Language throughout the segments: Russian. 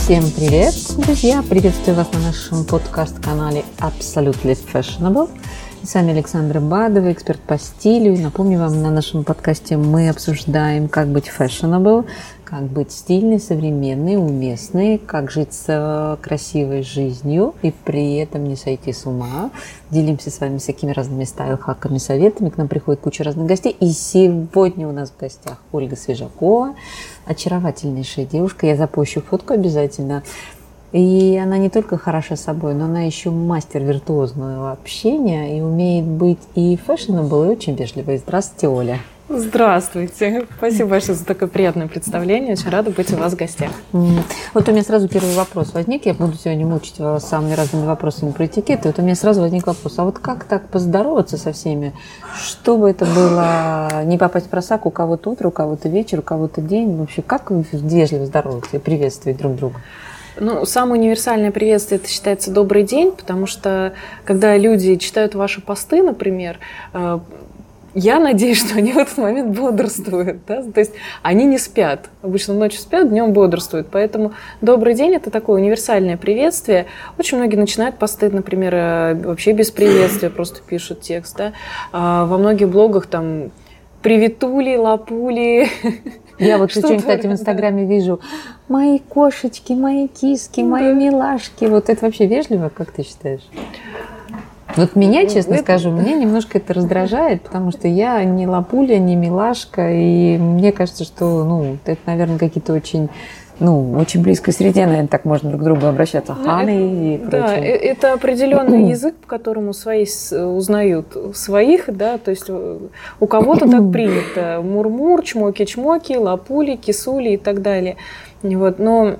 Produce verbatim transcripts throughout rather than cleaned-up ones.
Всем привет, друзья! Приветствую вас на нашем подкаст-канале Absolutely Fashionable. С вами Александра Бадова, эксперт по стилю. И напомню вам, на нашем подкасте мы обсуждаем, как быть fashionable, как быть стильной, современной, уместной, как жить с красивой жизнью и при этом не сойти с ума. Делимся с вами всякими разными стайл-хаками, советами. К нам приходит куча разных гостей. И сегодня у нас в гостях Ольга Свежакова, очаровательнейшая девушка. Я запущу фотку обязательно. И она не только хороша собой, но она еще мастер виртуозного общения и умеет быть и fashionable, и очень вежливой. Здравствуйте, Оля. Здравствуйте. Спасибо большое за такое приятное представление. Очень рада быть у вас в гостях. Вот у меня сразу первый вопрос возник. Я буду сегодня мучить вас самыми разными вопросами про этикет. И вот у меня сразу возник вопрос. А вот как так поздороваться со всеми, чтобы это было не попасть в просак, у кого-то утро, у кого-то вечер, у кого-то день? Вообще, как вежливо здороваться и приветствовать друг друга? Ну, самое универсальное приветствие – это считается «добрый день», потому что, когда люди читают ваши посты, например, я надеюсь, что они в этот момент бодрствуют. Да? То есть они не спят. Обычно ночью спят, днем бодрствуют. Поэтому «добрый день» – это такое универсальное приветствие. Очень многие начинают посты, например, вообще без приветствия, просто пишут текст. Да? Во многих блогах там «приветули», «лапули». Я вот очень, кстати, в Инстаграме вижу «мои кошечки, мои киски, мои милашки». Вот это вообще вежливо, как ты считаешь? Вот меня, честно это... скажу, меня немножко это раздражает, потому что я не лапуля, не милашка, и мне кажется, что, ну, это, наверное, какие-то очень... Ну, очень близкой среде, наверное, так можно друг к другу обращаться. Ханы и прочее. Да, это определенный язык, по которому свои узнают своих, да, то есть у кого-то так принято. Мур-мур, чмоки-чмоки, лапули, кисули и так далее. Вот, но,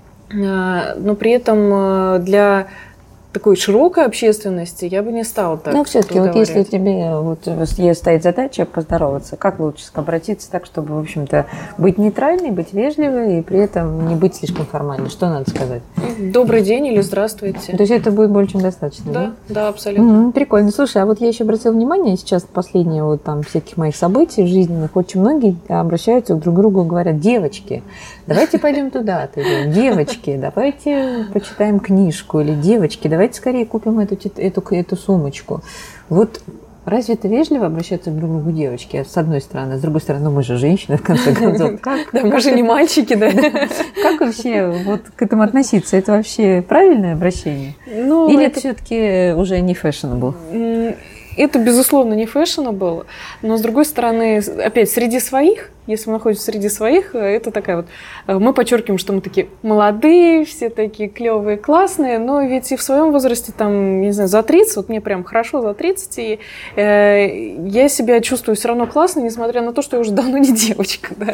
но при этом для такой широкой общественности я бы не стала так. Ну, все-таки, вот если тебе вот, есть стоит задача поздороваться, как лучше обратиться так, чтобы, в общем-то, быть нейтральной, быть вежливой и при этом не быть слишком формальной? Что надо сказать? Добрый день или здравствуйте. То есть это будет более чем достаточно, да? Да, да, абсолютно. Mm-hmm, прикольно. Слушай, а вот я еще обратила внимание, сейчас последние вот там всяких моих событий жизненных, очень многие обращаются друг к другу и говорят: девочки, давайте пойдем туда, девочки, давайте почитаем книжку, или девочки, давайте скорее купим эту, эту, эту сумочку. Вот разве это вежливо обращаться друг к другу девочки, с одной стороны, а с другой стороны, ну мы же женщины, в конце концов. Да, мы же не мальчики, да. Как вообще вот к этому относиться? Это вообще правильное обращение? Или это все-таки уже не fashionable? Это, безусловно, не fashionable, но, с другой стороны, опять, среди своих, если мы находимся среди своих, это такая вот... Мы подчеркиваем, что мы такие молодые, все такие клевые, классные, но ведь и в своем возрасте, там, не знаю, за тридцать, вот мне прям хорошо за тридцать, и э, я себя чувствую все равно классно, несмотря на то, что я уже давно не девочка, да.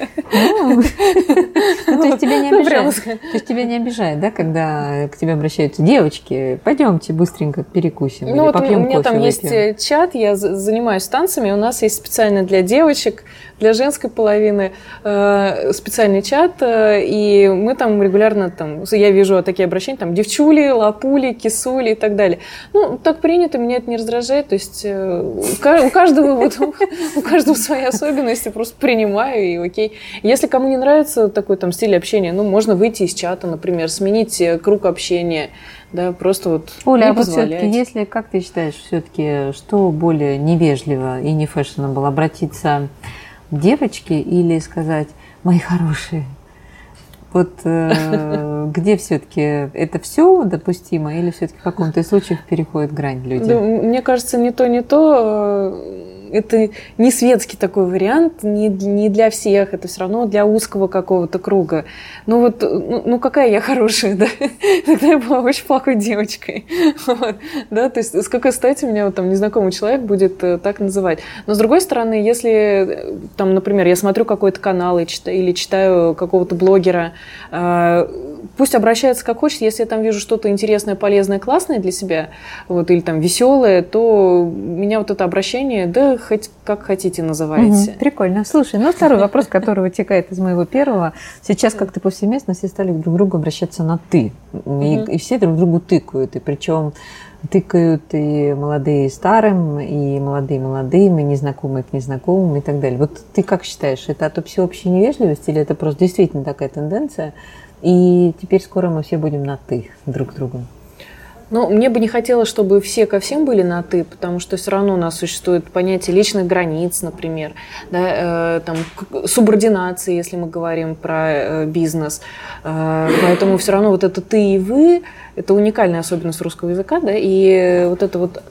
То есть тебя не обижает, то есть тебя не обижает, да, когда к тебе обращаются девочки, пойдемте быстренько перекусим или попьем кофе. У меня там есть чат, я занимаюсь танцами, у нас есть специально для девочек, для женской половины э, специальный чат, э, и мы там регулярно, там, я вижу такие обращения, там, девчули, лапули, кисули и так далее. Ну, так принято, меня это не раздражает, то есть э, у каждого вот, у каждого свои особенности, просто принимаю и окей. Если кому не нравится такой там стиль общения, ну, можно выйти из чата, например, сменить круг общения. Да, просто вот Оля, не а вот все-таки, если, как ты считаешь, все-таки, что более невежливо и не fashionable, обратиться к девочке или сказать: мои хорошие? Вот э, где все-таки это все допустимо или все-таки в каком-то из случаев переходит грань люди? Да, мне кажется, не то, не то. Это не светский такой вариант, не, не для всех, это все равно для узкого какого-то круга. Ну вот, ну, ну какая я хорошая, да? Тогда я была очень плохой девочкой. Вот, да? То есть с какой стати меня вот, там незнакомый человек будет так называть? Но с другой стороны, если, там, например, я смотрю какой-то канал и читаю, или читаю какого-то блогера, э, пусть обращается как хочет, если я там вижу что-то интересное, полезное, классное для себя, вот, или там веселое, то меня вот это обращение, да хоть как хотите называйте. Угу, прикольно. Слушай, ну второй вопрос, который вытекает из моего первого. Сейчас как-то повсеместно все стали друг к другу обращаться на «ты». И, и все друг другу тыкают. И причем тыкают и молодые старым, и молодые молодым, и незнакомые к незнакомым, и так далее. Вот ты как считаешь, это от всеобщей невежливости или это просто действительно такая тенденция? И теперь скоро мы все будем на «ты» друг к другу. Ну, мне бы не хотелось, чтобы все ко всем были на «ты», потому что все равно у нас существует понятие личных границ, например, да, э, там, субординации, если мы говорим про э, бизнес. Э, поэтому все равно вот это «ты» и «вы» – это уникальная особенность русского языка, да, и вот это вот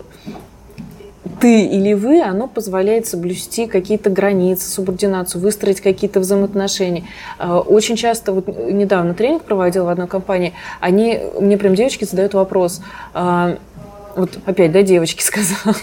«ты» или «вы», оно позволяет соблюсти какие-то границы, субординацию, выстроить какие-то взаимоотношения. Очень часто, вот недавно тренинг проводила в одной компании, они, мне прям девочки задают вопрос, вот опять, да, девочки сказала.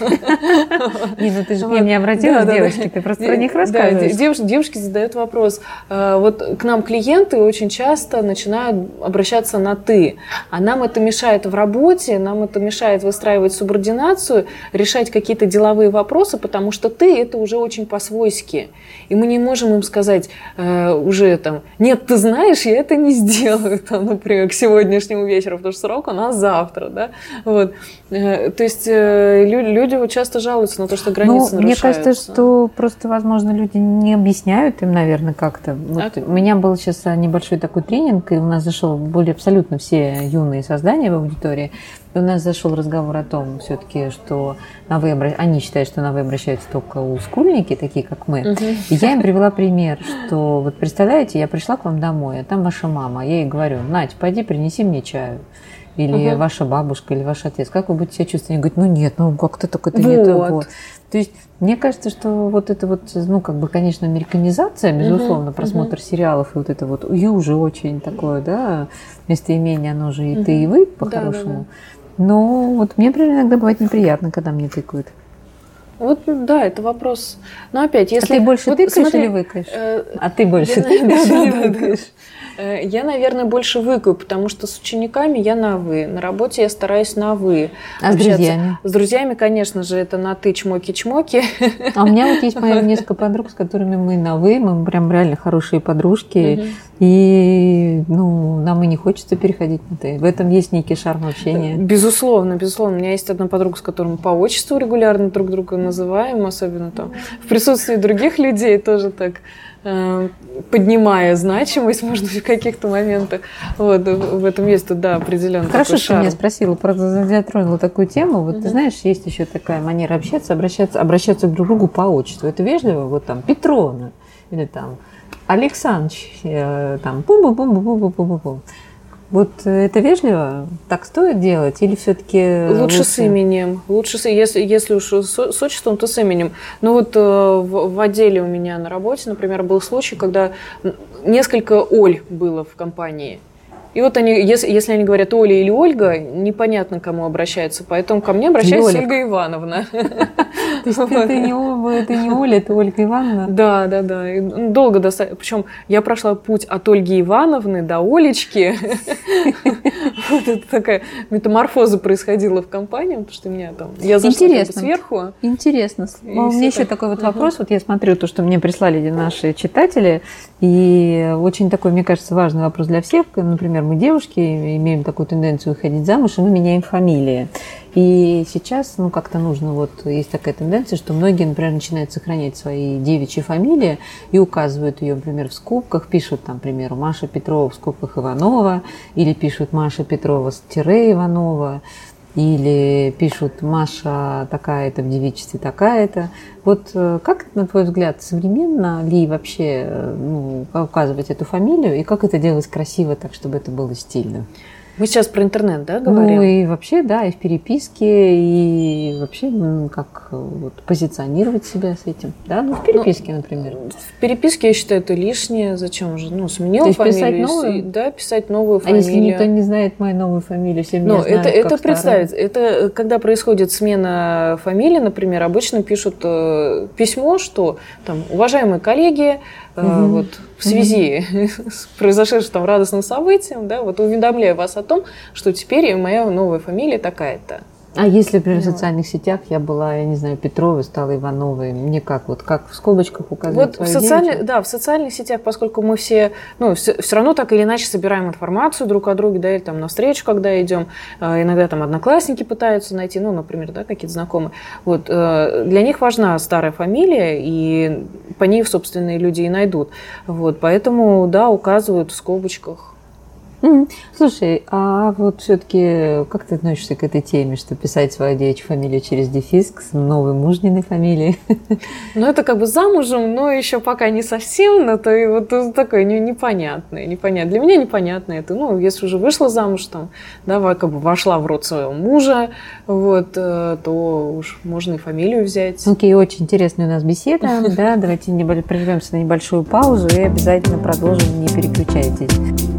Не, ну ты же мне не обратилась, девочки, ты просто про них рассказываешь. Девушки задают вопрос. Вот к нам клиенты очень часто начинают обращаться на «ты», а нам это мешает в работе, нам это мешает выстраивать субординацию, решать какие-то деловые вопросы, потому что «ты» – это уже очень по-свойски. И мы не можем им сказать уже там, нет, ты знаешь, я это не сделаю, там, например, к сегодняшнему вечеру, потому что срок у нас завтра, да, вот. То есть люди вот часто жалуются на то, что границы ну, нарушаются. Мне кажется, что просто, возможно, люди не объясняют им, наверное, как-то. Вот а... У меня был сейчас небольшой такой тренинг, и у нас зашел были абсолютно все юные создания в аудитории. И у нас зашел разговор о том, все-таки, что на вы обра... они считают, что на вы обращаются только олдскульники, такие как мы. Угу. И я им привела пример, что вот представляете, я пришла к вам домой, а там ваша мама. Я ей говорю: Надь, пойди принеси мне чаю. Или угу. ваша бабушка, или ваш отец. Как вы будете себя чувствовать? Они говорят: ну нет, ну как-то так это вот. не то. То есть мне кажется, что вот это вот, ну как бы, конечно, американизация, безусловно, угу. просмотр угу. сериалов и вот это вот южи очень такое, да, местоимение, оно же и угу. ты, и вы, по-хорошему. Да, да, да. Но вот мне, например, иногда бывает неприятно, когда мне тыкают. Вот, да, это вопрос. Но опять, если... А ты больше вот, тыкаешь смотри, или выкаешь? Э, а ты больше тыкаешь или выкаешь? Я, наверное, больше выкаю, потому что с учениками я на «вы». На работе я стараюсь на «вы». А общаться. С друзьями? С друзьями, конечно же, это на «ты», чмоки-чмоки. А у меня вот есть мои несколько подруг, с которыми мы на «вы». Мы прям реально хорошие подружки. Угу. И ну, нам и не хочется переходить на «ты». В этом есть некий шарм общения. Безусловно, безусловно. У меня есть одна подруга, с которой мы по отчеству регулярно друг друга называем, особенно там в присутствии других людей тоже так, поднимая значимость, может быть, в каких-то моментах. Вот, в этом есть, да, определенный Хорошо, такой что шарм. ты меня спросила, просто затронула такую тему. Вот, угу. ты знаешь, есть еще такая манера общаться, обращаться, обращаться друг к другу по отчеству. Это вежливо, вот там Петровна или там Александрович, там пум-пум-пум-пум-пум-пум-пум. Вот это вежливо? Так стоит делать? Или все-таки лучше, лучше с именем. Лучше, с, если, если уж с, с отчеством, то с именем. Ну вот в, в отделе у меня на работе, например, был случай, когда несколько Оль было в компании. И вот они, если, если они говорят Оля или Ольга, непонятно, к кому обращаются. Поэтому ко мне обращается Ольга Ивановна. То есть это не Оля, это Ольга Ивановна? Да, да, да. Долго достаточно. Причем я прошла путь от Ольги Ивановны до Олечки. Вот это такая метаморфоза происходила в компании, потому что меня там... Я зашла сверху. Интересно. У меня еще такой вот вопрос. Вот я смотрю то, что мне прислали наши читатели, и очень такой, мне кажется, важный вопрос для всех. Например, мы девушки имеем такую тенденцию выходить замуж, и мы меняем фамилии. И сейчас, ну, как-то нужно, вот, есть такая тенденция, что многие, например, начинают сохранять свои девичьи фамилии и указывают ее, например, в скобках, пишут, там, к примеру, Маша Петрова в скобках Иванова, или пишут Маша Петрова с тире Иванова, или пишут Маша такая-то в девичестве такая-то. Вот как, на твой взгляд, современно ли вообще ну, указывать эту фамилию, и как это делать красиво так, чтобы это было стильно? Мы сейчас про интернет, да, говорим? Ну и вообще, да, и в переписке, и вообще, ну, как вот, позиционировать себя с этим, да, ну в переписке, ну, например. В переписке, я считаю, это лишнее, зачем же, ну, сменила фамилию. Писать новую? Да, писать новую а фамилию. А если никто не знает мою новую фамилию, все меня ну, знают, это, как это представить, это когда происходит смена фамилии, например, обычно пишут э, письмо, что, там, уважаемые коллеги, Uh-huh. Вот, в связи uh-huh. с произошедшим там радостным событием, да, вот уведомляю вас о том, что теперь моя новая фамилия такая-то. А если, например, в социальных сетях я была, я не знаю, Петровой, стала Ивановой, мне как, вот как в скобочках указывать Вот в социальных, да, в социальных сетях, поскольку мы все, ну, все, все равно так или иначе собираем информацию друг о друге, да, или там на встречу, когда идем, иногда там одноклассники пытаются найти, ну, например, да, какие-то знакомые. Вот, для них важна старая фамилия, и по ней, собственно, и люди и найдут. Вот, поэтому, да, указывают в скобочках. Mm-hmm. Слушай, а вот все-таки как ты относишься к этой теме, что писать свою девичью фамилию через дефис с новой мужниной фамилией? Ну, это как бы замужем, но еще пока не совсем, но то и вот такое непонятное, непонятное. Для меня непонятно это. Ну, если уже вышла замуж, там, да, как бы вошла в род своего мужа, вот, то уж можно и фамилию взять. Окей, okay, очень интересная у нас беседа, да, давайте прервемся на небольшую паузу и обязательно продолжим, не переключайтесь.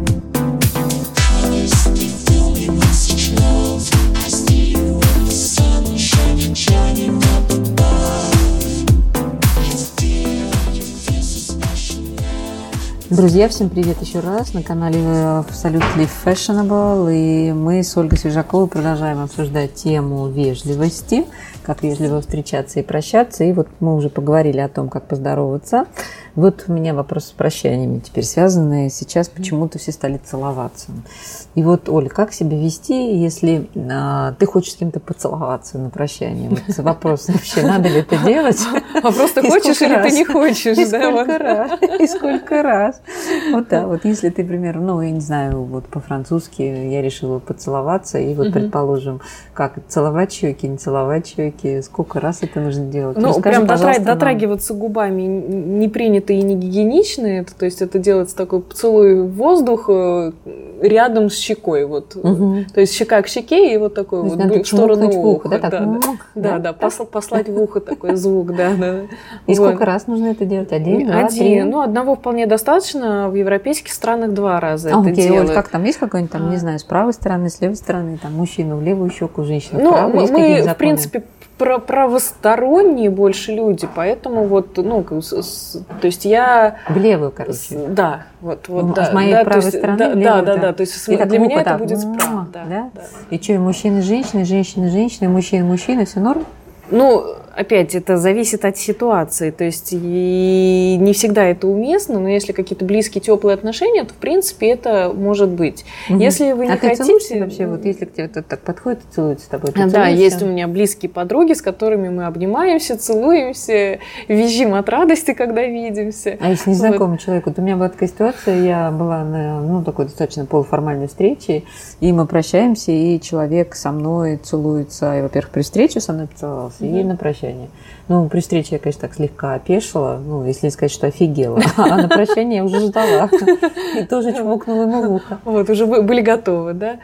Друзья, всем привет еще раз на канале Absolutely Fashionable, и мы с Ольгой Свежаковой продолжаем обсуждать тему вежливости, как вежливо встречаться и прощаться, и вот мы уже поговорили о том, как поздороваться. Вот у меня вопрос с прощаниями теперь связанные. Сейчас почему-то все стали целоваться. И вот, Оля, как себя вести, если а, ты хочешь с кем-то поцеловаться на прощание? Вот вопрос вообще, надо ли это делать? Вопрос, ты хочешь или ты не хочешь? И сколько раз? И сколько раз? Вот да, вот если ты, например, ну, я не знаю, вот по-французски я решила поцеловаться, и вот, предположим, как целовать щеки, не целовать щеки, сколько раз это нужно делать? Ну, прям дотрагиваться губами не принято и не гигиенично, это, то есть это делается такой поцелуй в воздух рядом с щекой, вот, угу. То есть щека к щеке и вот такой вот в сторону уха, да, да, так, да, да, да, посл, послать в ухо такой звук, да, да. И вот. Сколько раз нужно это делать? Один, два, Один, три? Ну, одного вполне достаточно, в европейских странах два раза а, это окей, делают. Оль, как там, есть какой-нибудь там, не знаю, с правой стороны, с левой стороны, там, мужчина в левую щеку, женщина в ну, правую, есть мы, какие-то в принципе, правосторонние больше люди, поэтому вот, ну, то есть я... В левую, короче. Да, вот, вот, ну, да. С моей да, правой есть, стороны да, в левую, да, да, да, да, то есть и для так, меня ухо, это так, будет справа. Да, да? Да. И что, и мужчины, женщины, женщины, женщины, мужчины, мужчины, все норм? Ну, опять, это зависит от ситуации, то есть и не всегда это уместно, но если какие-то близкие, теплые отношения, то, в принципе, это может быть. Угу. Если вы не а хотите... ты вообще, вот если к тебе кто-то так подходит и целуется с тобой, ты Да, есть у меня близкие подруги, с которыми мы обнимаемся, целуемся, визжим от радости, когда видимся. А если незнакомый вот. человек? Вот у меня была такая ситуация, я была на, ну, такой достаточно полуформальной встрече, и мы прощаемся, и человек со мной целуется, и, во-первых, при встрече со мной поцеловался, и на прощание. Ну, при встрече я, конечно, так слегка опешила, ну, если не сказать, что офигела. А на прощание я уже ждала. И тоже чмокнула ему в ухо. Вот, уже были готовы, да.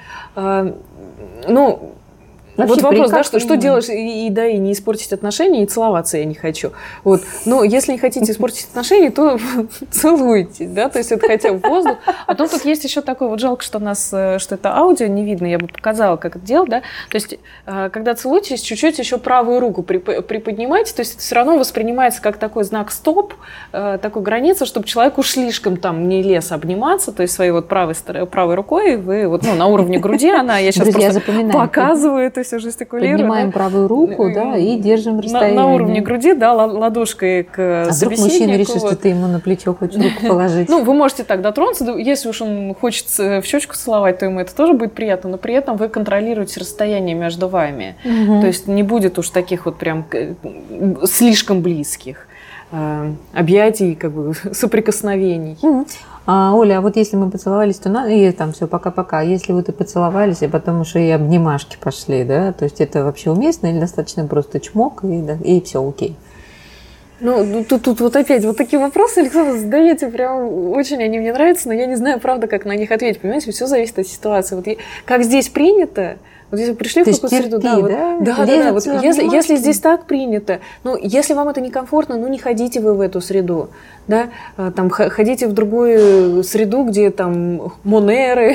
Ну, вообще, вот вопрос, да, что, что делаешь, и, и, да, и не испортить отношения, и целоваться я не хочу. Вот. Но если не хотите испортить отношения, то целуйте, да, то есть это хотя бы воздух. А то тут есть еще такой, вот жалко, что у нас, что это аудио не видно, я бы показала, как это делать, да. То есть, когда целуетесь, чуть-чуть еще правую руку приподнимайте, то есть это все равно воспринимается как такой знак стоп, такой граница, чтобы человек уж слишком там не лез обниматься, то есть своей вот правой, правой рукой вы вот, ну, на уровне груди она, я сейчас Друзья, просто показываю, то есть жестикулируем. Поднимаем да? правую руку, да, и держим расстояние. На, на уровне груди, да, ладошкой к а собеседнику. А вдруг мужчина решит, вот. что ты ему на плечо хочешь руку положить? Ну, вы можете так дотронуться, если уж он хочет в щечку целовать, то ему это тоже будет приятно, но при этом вы контролируете расстояние между вами. Угу. То есть не будет уж таких вот прям слишком близких э, объятий, как бы соприкосновений. Угу. А, Оля, а вот если мы поцеловались, то надо, и там все, пока-пока. Если вот и поцеловались, и потом уже и обнимашки пошли, да, то есть это вообще уместно или достаточно просто чмок, и, да, и все, окей? Ну, тут, тут вот опять вот такие вопросы, Александр, задаете, прям очень они мне нравятся, но я не знаю, правда, как на них ответить, понимаете, все зависит от ситуации. Вот как здесь принято, вот если вы пришли то в какую среду, да, вот, да, да, да, да, вот если, если здесь так принято, ну, если вам это некомфортно, ну, не ходите вы в эту среду, да, там, ходите в другую среду, где там монеры,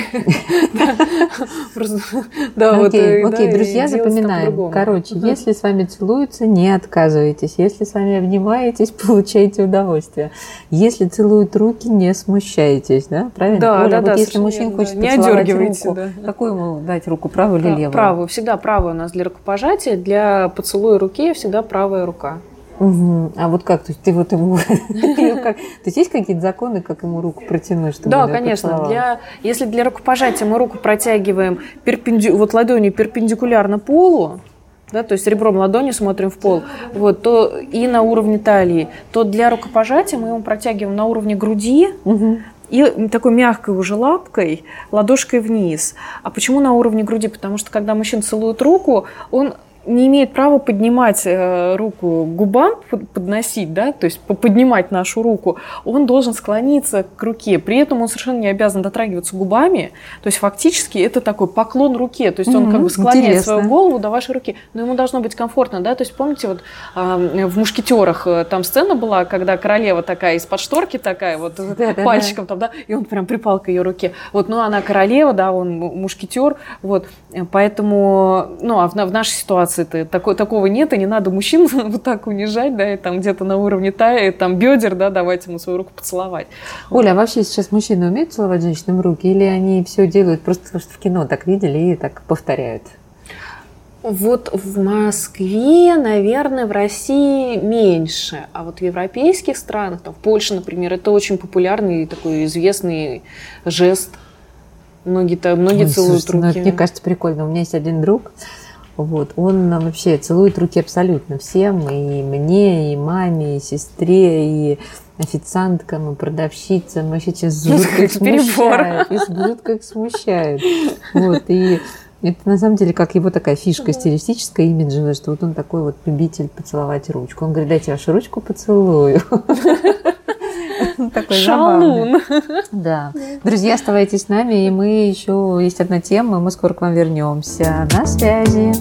да, вот. Окей, друзья, запоминаем. Короче, если с вами целуются, не отказывайтесь, если с вами обнимаетесь, получайте удовольствие, если целуют руки, не смущайтесь, да, правильно? Да, да, да. Если мужчина хочет поцеловать руку, какую ему дать руку, правую или левую? левую? Правую, всегда правая у нас для рукопожатия, для поцелуя руки всегда правая рука. Угу. А вот как? То есть ты вот ему... То есть есть какие-то законы, как ему руку протянуть, чтобы Да, конечно. Для... Если для рукопожатия мы руку протягиваем перпенди... вот ладонью перпендикулярно полу, да, то есть ребром ладони смотрим в пол, вот, то и на уровне талии, то для рукопожатия мы его протягиваем на уровне груди, угу. И такой мягкой уже лапкой, ладошкой вниз. А почему на уровне груди? Потому что когда мужчина целует руку, он не имеет права поднимать э, руку к губам, подносить, да, то есть поднимать нашу руку, он должен склониться к руке. При этом он совершенно не обязан дотрагиваться губами. То есть фактически это такой поклон руке. То есть mm-hmm, он как бы склоняет интересно. Свою голову до вашей руки. Но ему должно быть комфортно, да. То есть помните, вот э, в «Мушкетерах» там сцена была, когда королева такая из-под шторки такая, вот да, пальчиком да, да. там, да, и он прям припал к ее руке. Вот, ну она королева, да, он мушкетер, вот. Поэтому, ну, а в, в нашей ситуации Такой, такого нет, и не надо мужчин вот так унижать, да, и там где-то на уровне талии, там бедер, да, давайте ему свою руку поцеловать. Оля, а вообще сейчас мужчины умеют целовать женщинам руки, или они все делают просто потому, что в кино так видели и так повторяют? Вот в Москве, наверное, в России меньше, а вот в европейских странах, там, в Польше, например, это очень популярный такой известный жест. Многие, многие Ой, целуют слушайте, руки. Ну, это, мне кажется, прикольно. У меня есть один друг. Вот, он вообще целует руки абсолютно всем, и мне, и маме, и сестре, и официанткам, и продавщицам. Вообще сейчас жутко их смущает. Жутко их смущает. Вот, и это на самом деле как его такая фишка стилистическая, имиджевая, что вот он такой вот любитель поцеловать ручку. Он говорит, дайте вашу ручку поцелую. Такой шалун. Да. Друзья, оставайтесь с нами, и мы еще есть одна тема, мы скоро к вам вернемся. На связи.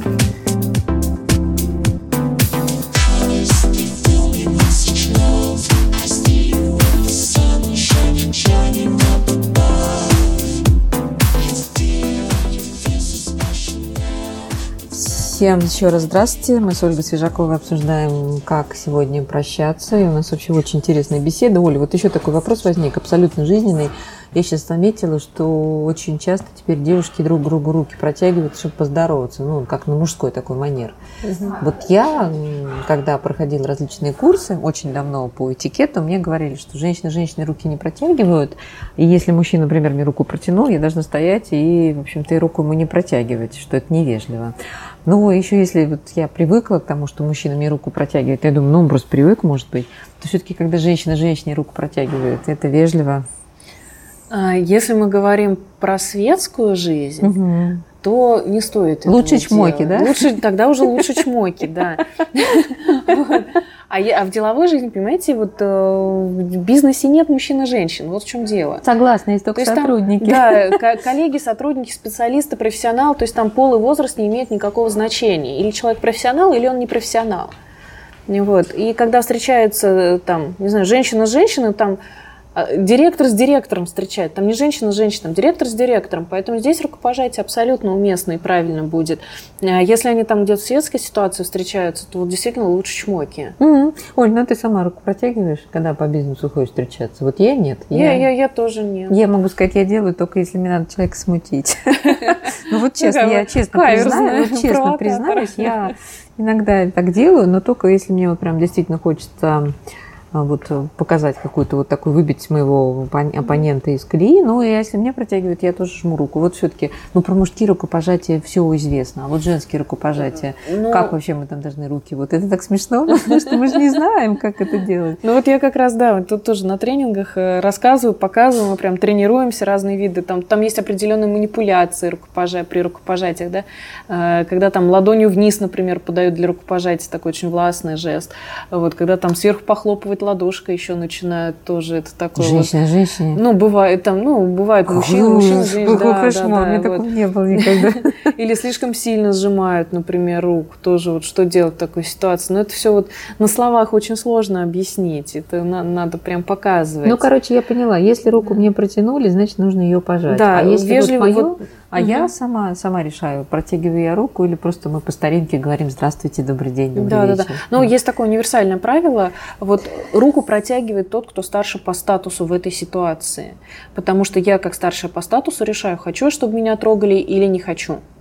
Всем еще раз здравствуйте. Мы с Ольгой Свежаковой обсуждаем, как сегодня прощаться. И у нас вообще очень интересная беседа. Оля, вот еще такой вопрос возник, абсолютно жизненный. Я сейчас заметила, что очень часто теперь девушки друг другу руки протягивают, чтобы поздороваться. Ну, как на мужской такой манер. Угу. Вот я, когда проходила различные курсы, очень давно по этикету, мне говорили, что женщины женщины руки не протягивают. И если мужчина, например, мне руку протянул, я должна стоять и, в общем-то, и руку ему не протягивать, что это невежливо. Ну, еще если вот я привыкла к тому, что мужчина мне руку протягивает, я думаю, ну, он просто привык, может быть, то все-таки, когда женщина женщине руку протягивает, это вежливо. Если мы говорим про светскую жизнь, угу. то не стоит лучше чмоки, делать. Да? Лучше, тогда уже лучше чмоки, да. А, а в деловой жизни, понимаете, вот э, в бизнесе нет мужчин и женщин. Вот в чем дело. Согласна, есть только то есть сотрудники. Там, да, коллеги, сотрудники, специалисты, профессионалы. То есть там пол и возраст не имеют никакого значения. Или человек профессионал, или он не профессионал. Вот. И когда встречается там, не знаю, женщина с женщиной, там директор с директором встречает. Там не женщина с женщиной, директор с директором. Поэтому здесь рукопожатие абсолютно уместно и правильно будет. Если они там где-то в светской ситуации встречаются, то вот действительно лучше чмоки. Угу. Оль, ну ты сама руку протягиваешь, когда по бизнесу ходишь встречаться? Вот я нет. Я, я, я тоже нет. Я могу сказать, я делаю только если мне надо человека смутить. Ну вот честно, я честно признаюсь, я иногда так делаю, но только если мне вот прям действительно хочется вот показать какую-то вот такую, выбить моего оппонента из колеи. Ну, и если мне протягивают, я тоже жму руку. Вот все-таки, ну, про мужские рукопожатия все известно, а вот женские рукопожатия, ну, как вообще мы там должны руки? Вот это так смешно, потому что мы же не знаем, как это делать. Ну, вот я как раз, да, тут тоже на тренингах рассказываю, показываю, мы прям тренируемся, разные виды. Там, там есть определенные манипуляции рукопожатия, при рукопожатиях, да, когда там ладонью вниз, например, подают для рукопожатия, такой очень властный жест. Вот, когда там сверху похлопывать ладошкой еще начинают тоже, это такое женщина, вот, женщина. Ну, бывает там, ну, бывает мужчина, мужчина, женщина, да, кошмар, да, мне да, такого вот. не было никогда. Или слишком сильно сжимают, например, руку, тоже вот что делать в такой ситуации. Но это все вот на словах очень сложно объяснить, это на, надо прям показывать. Ну, короче, я поняла, если руку мне протянули, значит, нужно ее пожать. Да, а если вежливо, вот мою, вот, а угу. я сама, сама решаю, протягиваю я руку или просто мы по старинке говорим «Здравствуйте, добрый день, добрый да, вечер». Да, да. Но да. Есть такое универсальное правило, вот руку протягивает тот, кто старше по статусу в этой ситуации. Потому что я, как старшая по статусу, решаю, хочу, чтобы меня трогали или не хочу.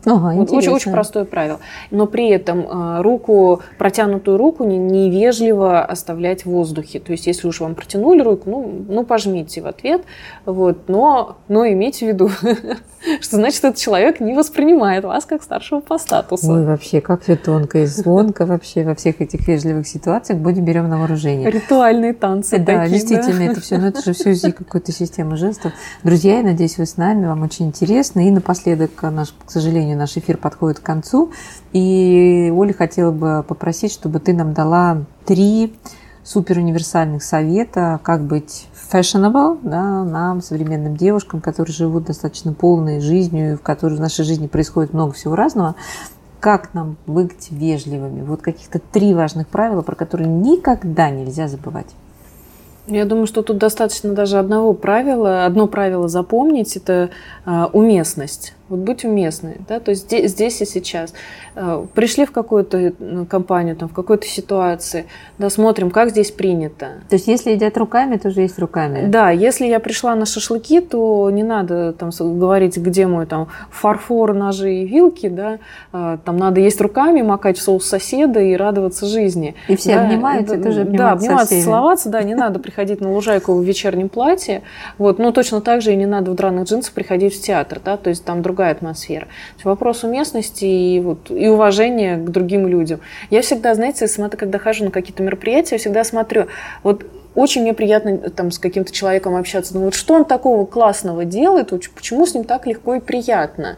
Ага, вот очень, очень простое правило. Но при этом руку, протянутую руку невежливо оставлять в воздухе. То есть, если уж вам протянули руку, ну, ну пожмите в ответ. Вот, но, но имейте в виду, что значит, этот человек не воспринимает вас как старшего по статусу. Ой, вообще, как все тонко и звонко вообще во всех этих вежливых ситуациях. Будем берем на вооружение. Ритуальные танцы да, такие. Действительно, да? это все, ну, это же все из какой-то системы жестов. Друзья, я надеюсь, вы с нами, вам очень интересно. И напоследок, наш, к сожалению, наш эфир подходит к концу. И Оля хотела бы попросить, чтобы ты нам дала три супер универсальных совета, как быть fashionable, да, нам, современным девушкам, которые живут достаточно полной жизнью, в которой в нашей жизни происходит много всего разного. Как нам быть вежливыми? Вот каких-то три важных правила, про которые никогда нельзя забывать. Я думаю, что тут достаточно даже одного правила. Одно правило запомнить – это э, уместность. Вот быть уместной, да, то есть здесь, здесь и сейчас. Пришли в какую-то компанию, там, в какой-то ситуации, да, смотрим, как здесь принято. То есть если едят руками, то же есть руками. Да, если я пришла на шашлыки, то не надо там говорить, где мой там фарфор, ножи и вилки, да, там надо есть руками, макать в соус соседа и радоваться жизни. И все да, обнимаются, да, тоже обнимаются. Да, обниматься, целоваться, да, не надо приходить на лужайку в вечернем платье, вот, но точно так же и не надо в драных джинсах приходить в театр, да, то есть там другая атмосфера. Вопрос уместности и, вот, и уважения к другим людям. Я всегда, знаете, смотрю, когда хожу на какие-то мероприятия, я всегда смотрю, вот очень мне приятно там, с каким-то человеком общаться, думаю, вот что он такого классного делает, почему с ним так легко и приятно.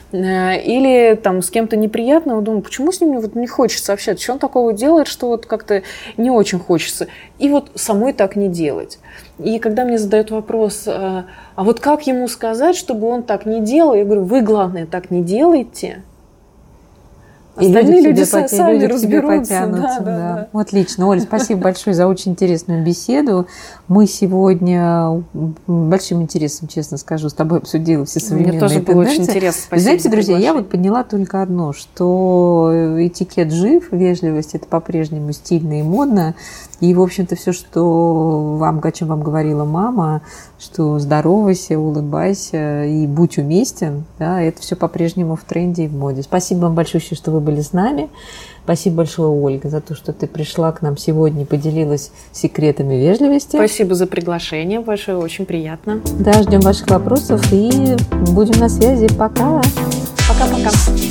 Или там с кем-то неприятно, думаю, почему с ним вот не хочется общаться, что он такого делает, что вот как-то не очень хочется. И вот самой так не делать. И когда мне задают вопрос, а вот как ему сказать, чтобы он так не делал, я говорю, вы, главное, так не делайте. Остальные люди, люди сами люди разберутся. Да, да, да. Да. Отлично. Оля, спасибо большое за очень интересную беседу. Мы сегодня большим интересом, честно скажу, с тобой обсудили все современные тенденции. Мне тоже было очень интересно. Спасибо. Знаете, друзья, я вот поняла только одно, что этикет жив, вежливость – это по-прежнему стильно и модно. И, в общем-то, все, что вам, о чем вам говорила мама, что здоровайся, улыбайся и будь уместен, да, это все по-прежнему в тренде и в моде. Спасибо вам большое, что вы были с нами. Спасибо большое, Ольга, за то, что ты пришла к нам сегодня и поделилась секретами вежливости. Спасибо за приглашение большое, очень приятно. Да, ждем ваших вопросов и будем на связи. Пока. Пока-пока.